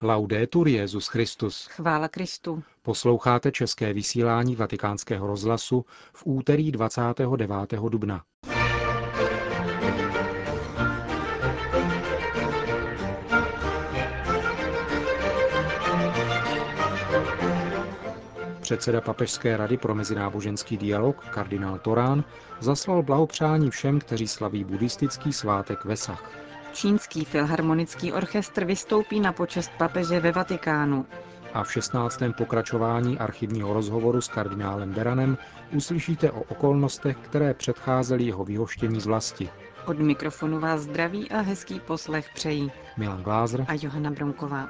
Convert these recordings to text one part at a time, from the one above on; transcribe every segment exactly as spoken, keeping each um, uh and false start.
Laudetur Jesus Christus. Chvála Kristu. Posloucháte české vysílání Vatikánského rozhlasu v úterý dvacátého devátého dubna. Předseda Papežské rady pro mezináboženský dialog kardinál Torán zaslal blahopřání všem, kteří slaví buddhistický svátek Vesach. Čínský filharmonický orchestr vystoupí na počest papeže ve Vatikánu. A v šestnáctém pokračování archivního rozhovoru s kardinálem Beranem uslyšíte o okolnostech, které předcházely jeho vyhoštění z vlasti. Od mikrofonu vás zdraví a hezký poslech přejí Milan Glázer a Johana Bronková.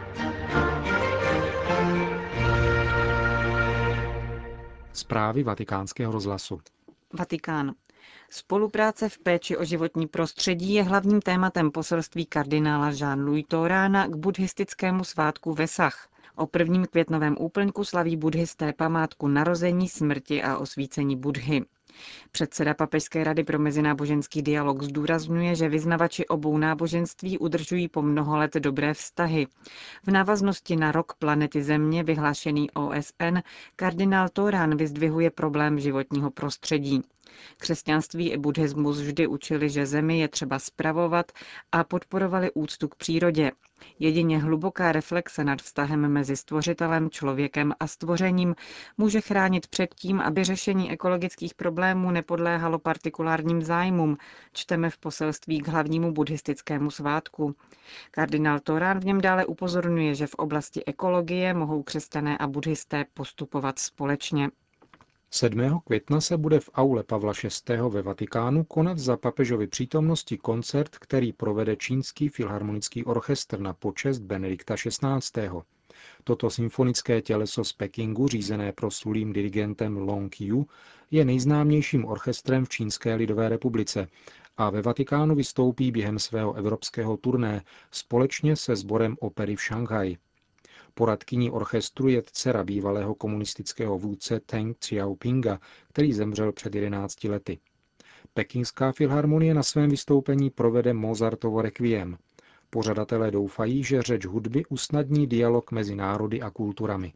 Zprávy Vatikánského rozhlasu. Vatikán. Spolupráce v péči o životní prostředí je hlavním tématem poselství kardinála Jean-Louis Torána k buddhistickému svátku Vesach. O prvním květnovém úplňku slaví buddhisté památku narození, smrti a osvícení Buddhy. Předseda Papežské rady pro mezináboženský dialog zdůrazňuje, že vyznavači obou náboženství udržují po mnoho let dobré vztahy. V návaznosti na rok planety Země vyhlášený O S N kardinál Torán vyzdvihuje problém životního prostředí. Křesťanství i buddhismus vždy učili, že zemi je třeba spravovat a podporovali úctu k přírodě. Jedině hluboká reflexe nad vztahem mezi stvořitelem, člověkem a stvořením může chránit před tím, aby řešení ekologických problémů nepodléhalo partikulárním zájmům, čteme v poselství k hlavnímu buddhistickému svátku. Kardinál Torán v něm dále upozorňuje, že v oblasti ekologie mohou křesťané a buddhisté postupovat společně. sedmého května se bude v aule Pavla šestého ve Vatikánu konat za papežovy přítomnosti koncert, který provede Čínský filharmonický orchestr na počest Benedikta šestnáctého. Toto symfonické těleso z Pekingu, řízené proslulým dirigentem Long Yu, je nejznámějším orchestrem v Čínské lidové republice a ve Vatikánu vystoupí během svého evropského turné společně se sborem opery v Šanghaji. Poradkyní orchestru je dcera bývalého komunistického vůdce Teng Xiaopinga, který zemřel před jedenácti lety. Pekingská filharmonie na svém vystoupení provede Mozartovo requiem. Pořadatelé doufají, že řeč hudby usnadní dialog mezi národy a kulturami.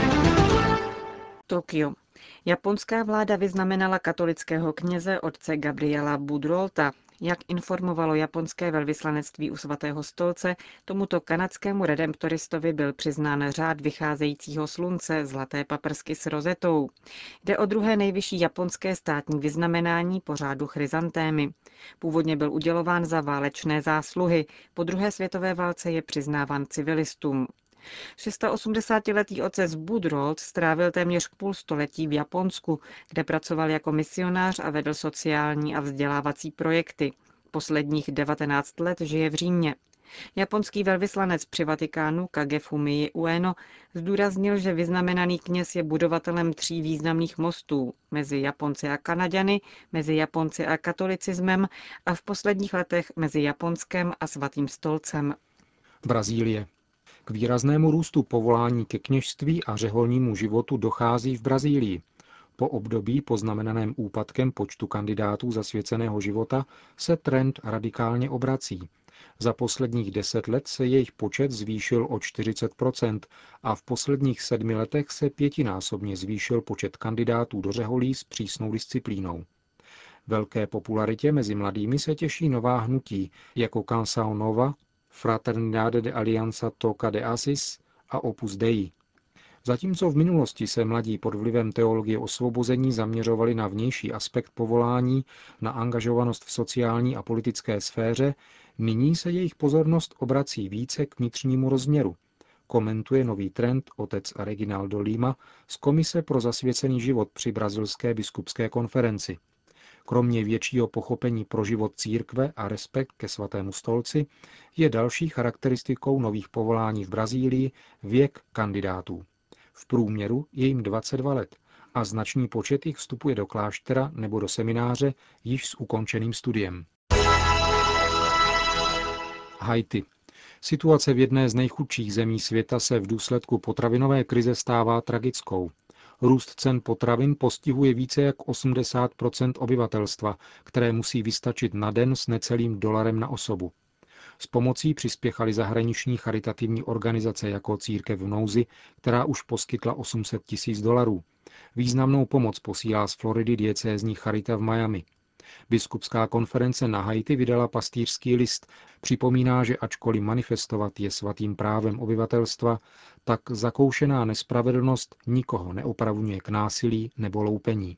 Tokio. Japonská vláda vyznamenala katolického kněze otce Gabriela Budrolta. Jak informovalo japonské velvyslanectví u svatého stolce, tomuto kanadskému redemptoristovi byl přiznán řád vycházejícího slunce, zlaté paprsky s rozetou. Jde o druhé nejvyšší japonské státní vyznamenání po řádu chryzantémy. Původně byl udělován za válečné zásluhy, po druhé světové válce je přiznáván civilistům. osmdesátišestiletý otec Budrold strávil téměř půl století v Japonsku, kde pracoval jako misionář a vedl sociální a vzdělávací projekty. Posledních devatenáct let žije v Římě. Japonský velvyslanec při Vatikánu Kage Fumii Ueno zdůraznil, že vyznamenaný kněz je budovatelem tří významných mostů mezi Japonci a Kanaďany, mezi Japonci a katolicismem a v posledních letech mezi Japonskem a svatým stolcem. Brazílie. K výraznému růstu povolání ke kněžství a řeholnímu životu dochází v Brazílii. Po období poznamenaném úpadkem počtu kandidátů zasvěceného života se trend radikálně obrací. Za posledních deset let se jejich počet zvýšil o čtyřicet procent a v posledních sedmi letech se pětinásobně zvýšil počet kandidátů do řeholí s přísnou disciplínou. Velké popularitě mezi mladými se těší nová hnutí, jako Canção Nova, Fraternidade de Aliança Toca de Assis a Opus Dei. Zatímco v minulosti se mladí pod vlivem teologie osvobození zaměřovali na vnější aspekt povolání, na angažovanost v sociální a politické sféře, nyní se jejich pozornost obrací více k vnitřnímu rozměru, komentuje nový trend otec Reginaldo Lima z Komise pro zasvěcený život při brazilské biskupské konferenci. Kromě většího pochopení pro život církve a respekt ke svatému stolci je další charakteristikou nových povolání v Brazílii věk kandidátů. V průměru je jim dvacet dva let a značný počet jich vstupuje do kláštera nebo do semináře již s ukončeným studiem. Haiti. Situace v jedné z nejchudších zemí světa se v důsledku potravinové krize stává tragickou. Růst cen potravin postihuje více jak osmdesát procent obyvatelstva, které musí vystačit na den s necelým dolarem na osobu. S pomocí přispěchaly zahraniční charitativní organizace jako Církev v nouzi, která už poskytla osm set tisíc dolarů. Významnou pomoc posílá z Floridy diecézní charita v Miami. Biskupská konference na Haiti vydala pastýřský list. Připomíná, že ačkoliv manifestovat je svatým právem obyvatelstva, tak zakoušená nespravedlnost nikoho neopravňuje k násilí nebo loupení.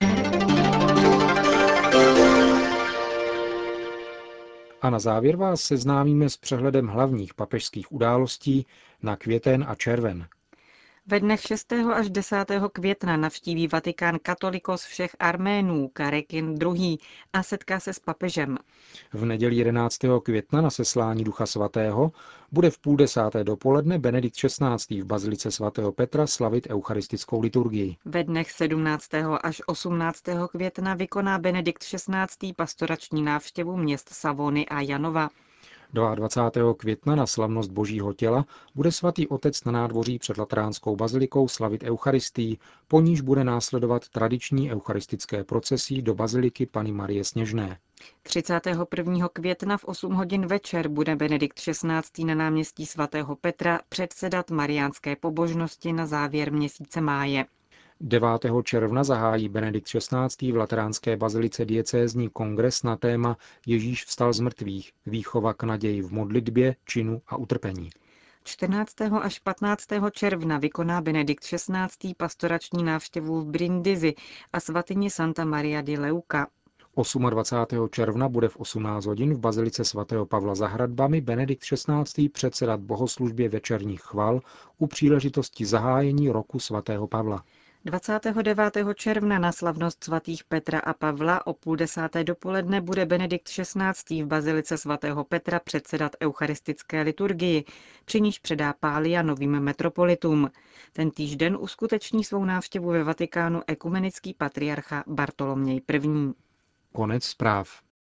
A na závěr vás seznámíme s přehledem hlavních papežských událostí na květen a červen. Ve dnech šestého až desátého května navštíví Vatikán katolikos všech Arménů Karekin druhý. a setká se s papežem. V neděli jedenáctého května na seslání Ducha svatého bude v půl desáté dopoledne Benedikt šestnáctý. v bazilice svatého Petra slavit eucharistickou liturgii. Ve dnech sedmnáctého až osmnáctého května vykoná Benedikt šestnáctý. pastorační návštěvu měst Savony a Janova. dvacátého druhého května na slavnost Božího těla bude svatý otec na nádvoří před Lateránskou bazilikou slavit eucharistii, po níž bude následovat tradiční eucharistické procesí do baziliky Panny Marie Sněžné. třicátého prvního května v osm hodin večer bude Benedikt šestnáctý. na náměstí svatého Petra předsedat mariánské pobožnosti na závěr měsíce máje. devátého června zahájí Benedikt šestnáctý. v Lateránské bazilice diecézní kongres na téma Ježíš vstal z mrtvých, výchova k naději v modlitbě, činu a utrpení. čtrnáctého až patnáctého června vykoná Benedikt šestnáctý. pastorační návštěvu v Brindisi a svatyni Santa Maria di Leuca. dvacátého osmého června bude v osmnáct hodin v bazilice svatého Pavla za hradbami Benedikt šestnáctý. předsedat bohoslužbě večerních chval u příležitosti zahájení roku svatého Pavla. dvacátého devátého června na slavnost svatých Petra a Pavla o půl desáté dopoledne bude Benedikt šestnáctý. v bazilice svatého Petra předsedat eucharistické liturgii, při níž předá pália novým metropolitům. Tentýž den uskuteční svou návštěvu ve Vatikánu ekumenický patriarcha Bartoloměj první. Konec zpráv.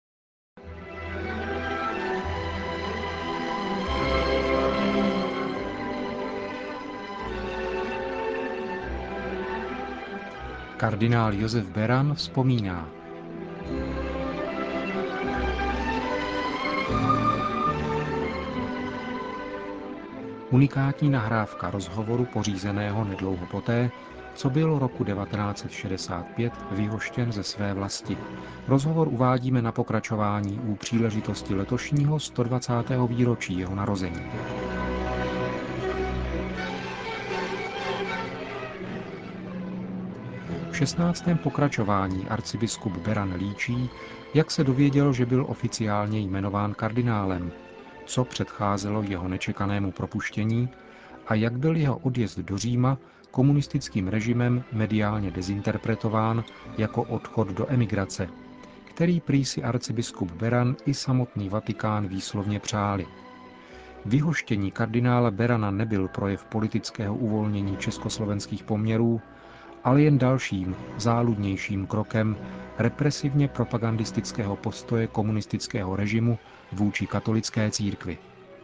Kardinál Josef Beran vzpomíná. Unikátní nahrávka rozhovoru pořízeného nedlouho poté, co byl roku devatenáct set šedesát pět vyhoštěn ze své vlasti. Rozhovor uvádíme na pokračování u příležitosti letošního sto dvacátého výročí jeho narození. V šestnáctém pokračování arcibiskup Beran líčí, jak se dověděl, že byl oficiálně jmenován kardinálem, co předcházelo jeho nečekanému propuštění a jak byl jeho odjezd do Říma komunistickým režimem mediálně dezinterpretován jako odchod do emigrace, který prý si arcibiskup Beran i samotný Vatikán výslovně přáli. Vyhoštění kardinála Berana nebyl projev politického uvolnění československých poměrů, ale jen dalším, záludnějším krokem represivně propagandistického postoje komunistického režimu vůči katolické církvi.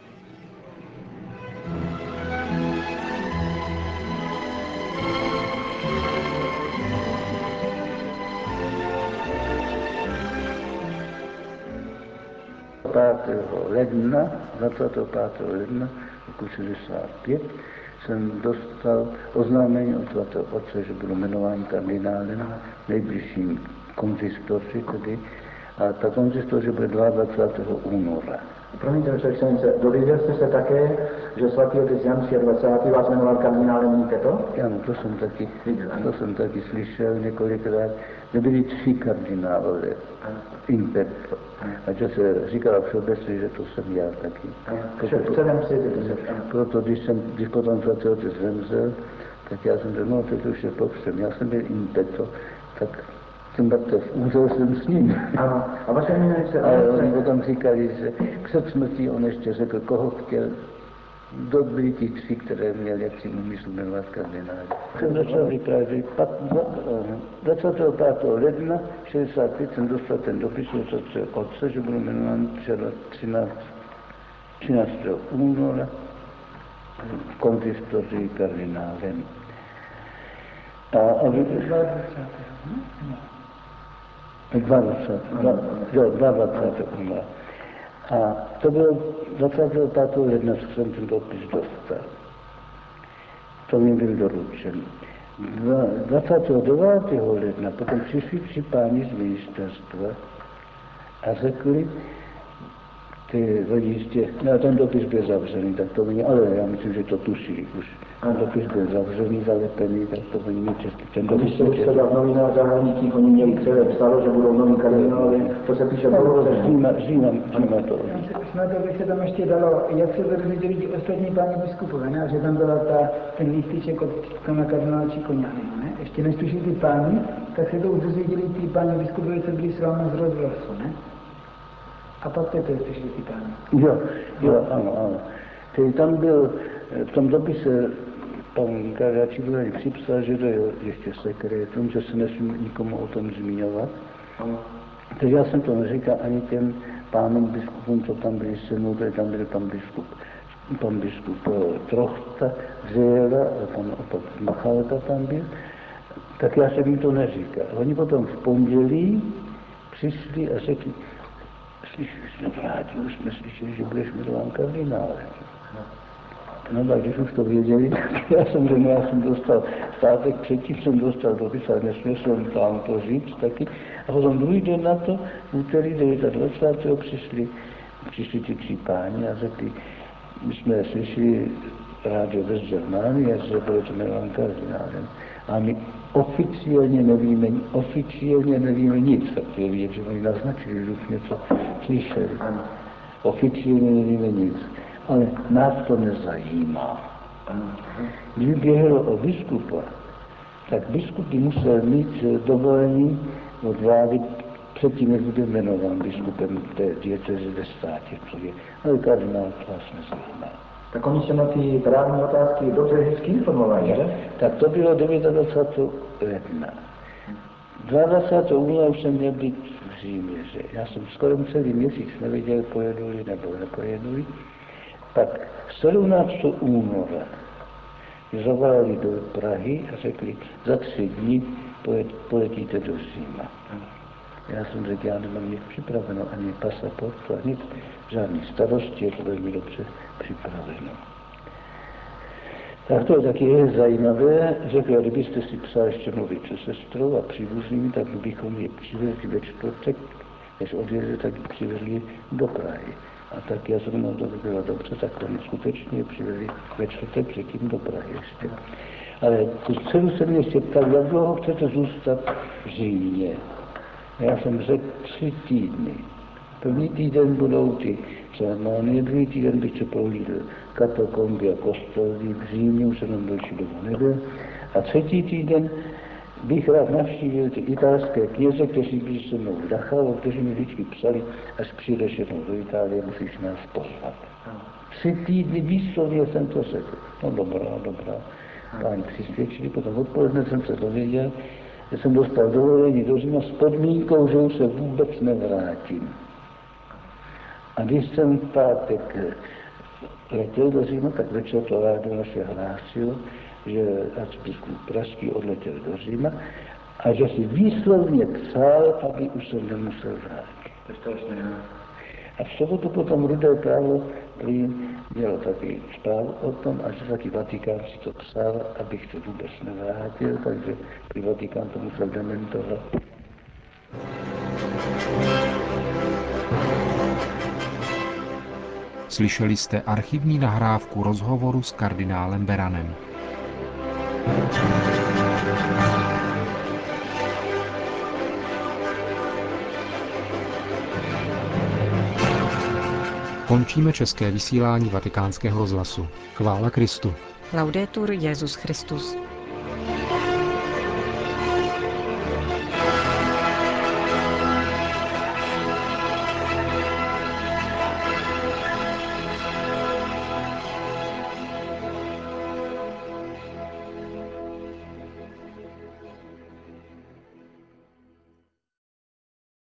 pátého ledna, dvacátého pátého ledna roku šedesát pět jsem dostal oznámení od svatého otce, že budu jmenován kardinálem v nejbližším konzistoři tedy, a ta konzistoře bude dvacátého druhého února. Promiňte, vaše excelence, dověděl jste se také, že svatý otec Jan dvacátý. vás jmenoval kardinálem, víte to? Ano, to jsem taky, to jsem taky slyšel několikrát. Nebyli tři kardinálové, in petto. A že se říkala všeobecně, že to jsem já taky. V celém světě to se. Proto, když, jsem, když potom svatý otec zemřel, tak já jsem řekl, no, teď už je popřem. Já jsem byl in petto, tak jsem mrtev, umřel jsem s ním. Ano, a vaše eminence... A oni potom říkali, že před smrtí on ještě řekl, koho chtěl. Byli ti tři, které měl jaksi úmysl jmenovat kardinály. Jsem začal vyprávět, dvacátého pátého ledna šedesát pět jsem dostal ten dopis od otce, že budu jmenován třináctého února v konzistoři kardinálem. A, a vy... dvacátého února. A to bylo dvacátého pátého ledna, co jsem ten dopis dostal. To mi byl doručen. dvacátého devátého ledna potom přišli tři páni z ministerstva a řekli, ty lidi jistě, no ten dopis byl zavřený, tak to oni, ale já myslím, že to tuší už. Ten dopis byl zavřený, zalepený, tak to oni mi četli. Ten dopis se už teda v novinách zahraničních, oni měli celé psalo, že budou noví kardinálové, to se píše no, Říma, Říma, Říma to. Snad by se tam ještě dalo, jak se dozvěděli ostatní páni biskupové, ne? Že tam byla ta, ten lísteček od pana kardinála Cicognaniho, ne? Ještě než tušili ty páni, tak se to už dozvěděli ty páni biskupové, co byli s vámi z rozhlasu, ne? A pak teprve přišli ty páni. Jo, jo, ano, ano. Tedy tam byl, v tom dopise pan kardinál Cicognani připsal, že to je ještě sekretum, že se nesmí nikomu o tom zmiňovat. Takže já jsem to neříkal ani těm pánům biskupům, co tam byli se mnou, tady tam byl pan biskup, pan biskup Trochta, Zéla, pan opat Machalka tam byl, tak já jsem jim to neříkal. Oni potom v pondělí přišli a řekli, slyšeli jsme v rádiu, už jsme slyšeli, že budeš jmenován kardinálem. No tak když už to věděli, já jsem řekl, já jsem dostal státek, předtím jsem dostal dopis, ale nesměl jsem tam to říct taky. A potom druhý den na to, úterý dvacátého devátého přišli, přišli ty tři páni a řekli, my jsme slyšeli rádio West Germany, že budete jmenován kardinálem. A my oficiálně nevíme, oficiálně nevíme nic, tak to je vidět, že oni naznačili, že už něco slyšeli. Oficiálně nevíme nic. Ale nás to nezajímá. Když běhlo o biskupa, tak biskup by musel mít dovolení od vlády předtím, než bude jmenován biskupem té diecéze ve státě, co je. Ale kardinál to vás nezajímá. Tak oni se na ty právní otázky dobře hezky informovali, že? Tak to bylo dvacátého devátého ledna. dvacátého února už jsem měl být v Římě, že já jsem skoro celý měsíc nevěděl, pojedu-li nebo nepojedu-li. Pak sedmnáctého února zavolali do Prahy a řekli, za tři dny poletíte do Říma. Já jsem řekl, já nemám nic připraveno, ani pasaport, ani žádný starosti, je to velmi dobře připraveno. Tak to je taky je zajímavé, řekl, kdybyste si psal ještě mluvit se sestrou a příbuznými, tak bychom je přivezli ve čtvrtek, než odjeli, tak přivezli do Prahy. A tak já jsem, no to by bylo dobře, tak to mi skutečně přivezli ve čtvrtek předtím do Prahy ještě. Ale tu dceru se mě ještě ptal, jak dlouho chcete zůstat v Římě. Já jsem řekl tři týdny. První týden budou ty ceremonie, druhý týden bych se prohlídl katakomby a kostely v Římě, už jsem tam další dobu nebyl. A třetí týden bych rád navštívil ty italské kněze, kteří byli se mnou v Dachau, kteří mi vždycky psali, až přijdeš jednou do Itálie, musíš nás pozvat. Tři týdny výslovně jsem to řekl. No dobrá, dobrá. Páni přisvědčili, potom odpoledne jsem se dověděl, že jsem dostal dovolení do Říma s podmínkou, že už se vůbec nevrátím. A když jsem v pátek letěl do Říma, tak večer to rádio naše hlásilo, že arcibiskup pražský odletěl do Říma a že si výslovně psal, aby už se nemusel vrátit. A v sobotu potom Rudé právo mělo taky zprávu o tom, a že taky Vatikán si to psal, abych se vůbec nevrátil, takže pri Vatikán to musel dementovat. Slyšeli jste archivní nahrávku rozhovoru s kardinálem Beranem. Končíme české vysílání Vatikánského rozhlasu. Chvála Kristu. Laudetur Jesus Christus.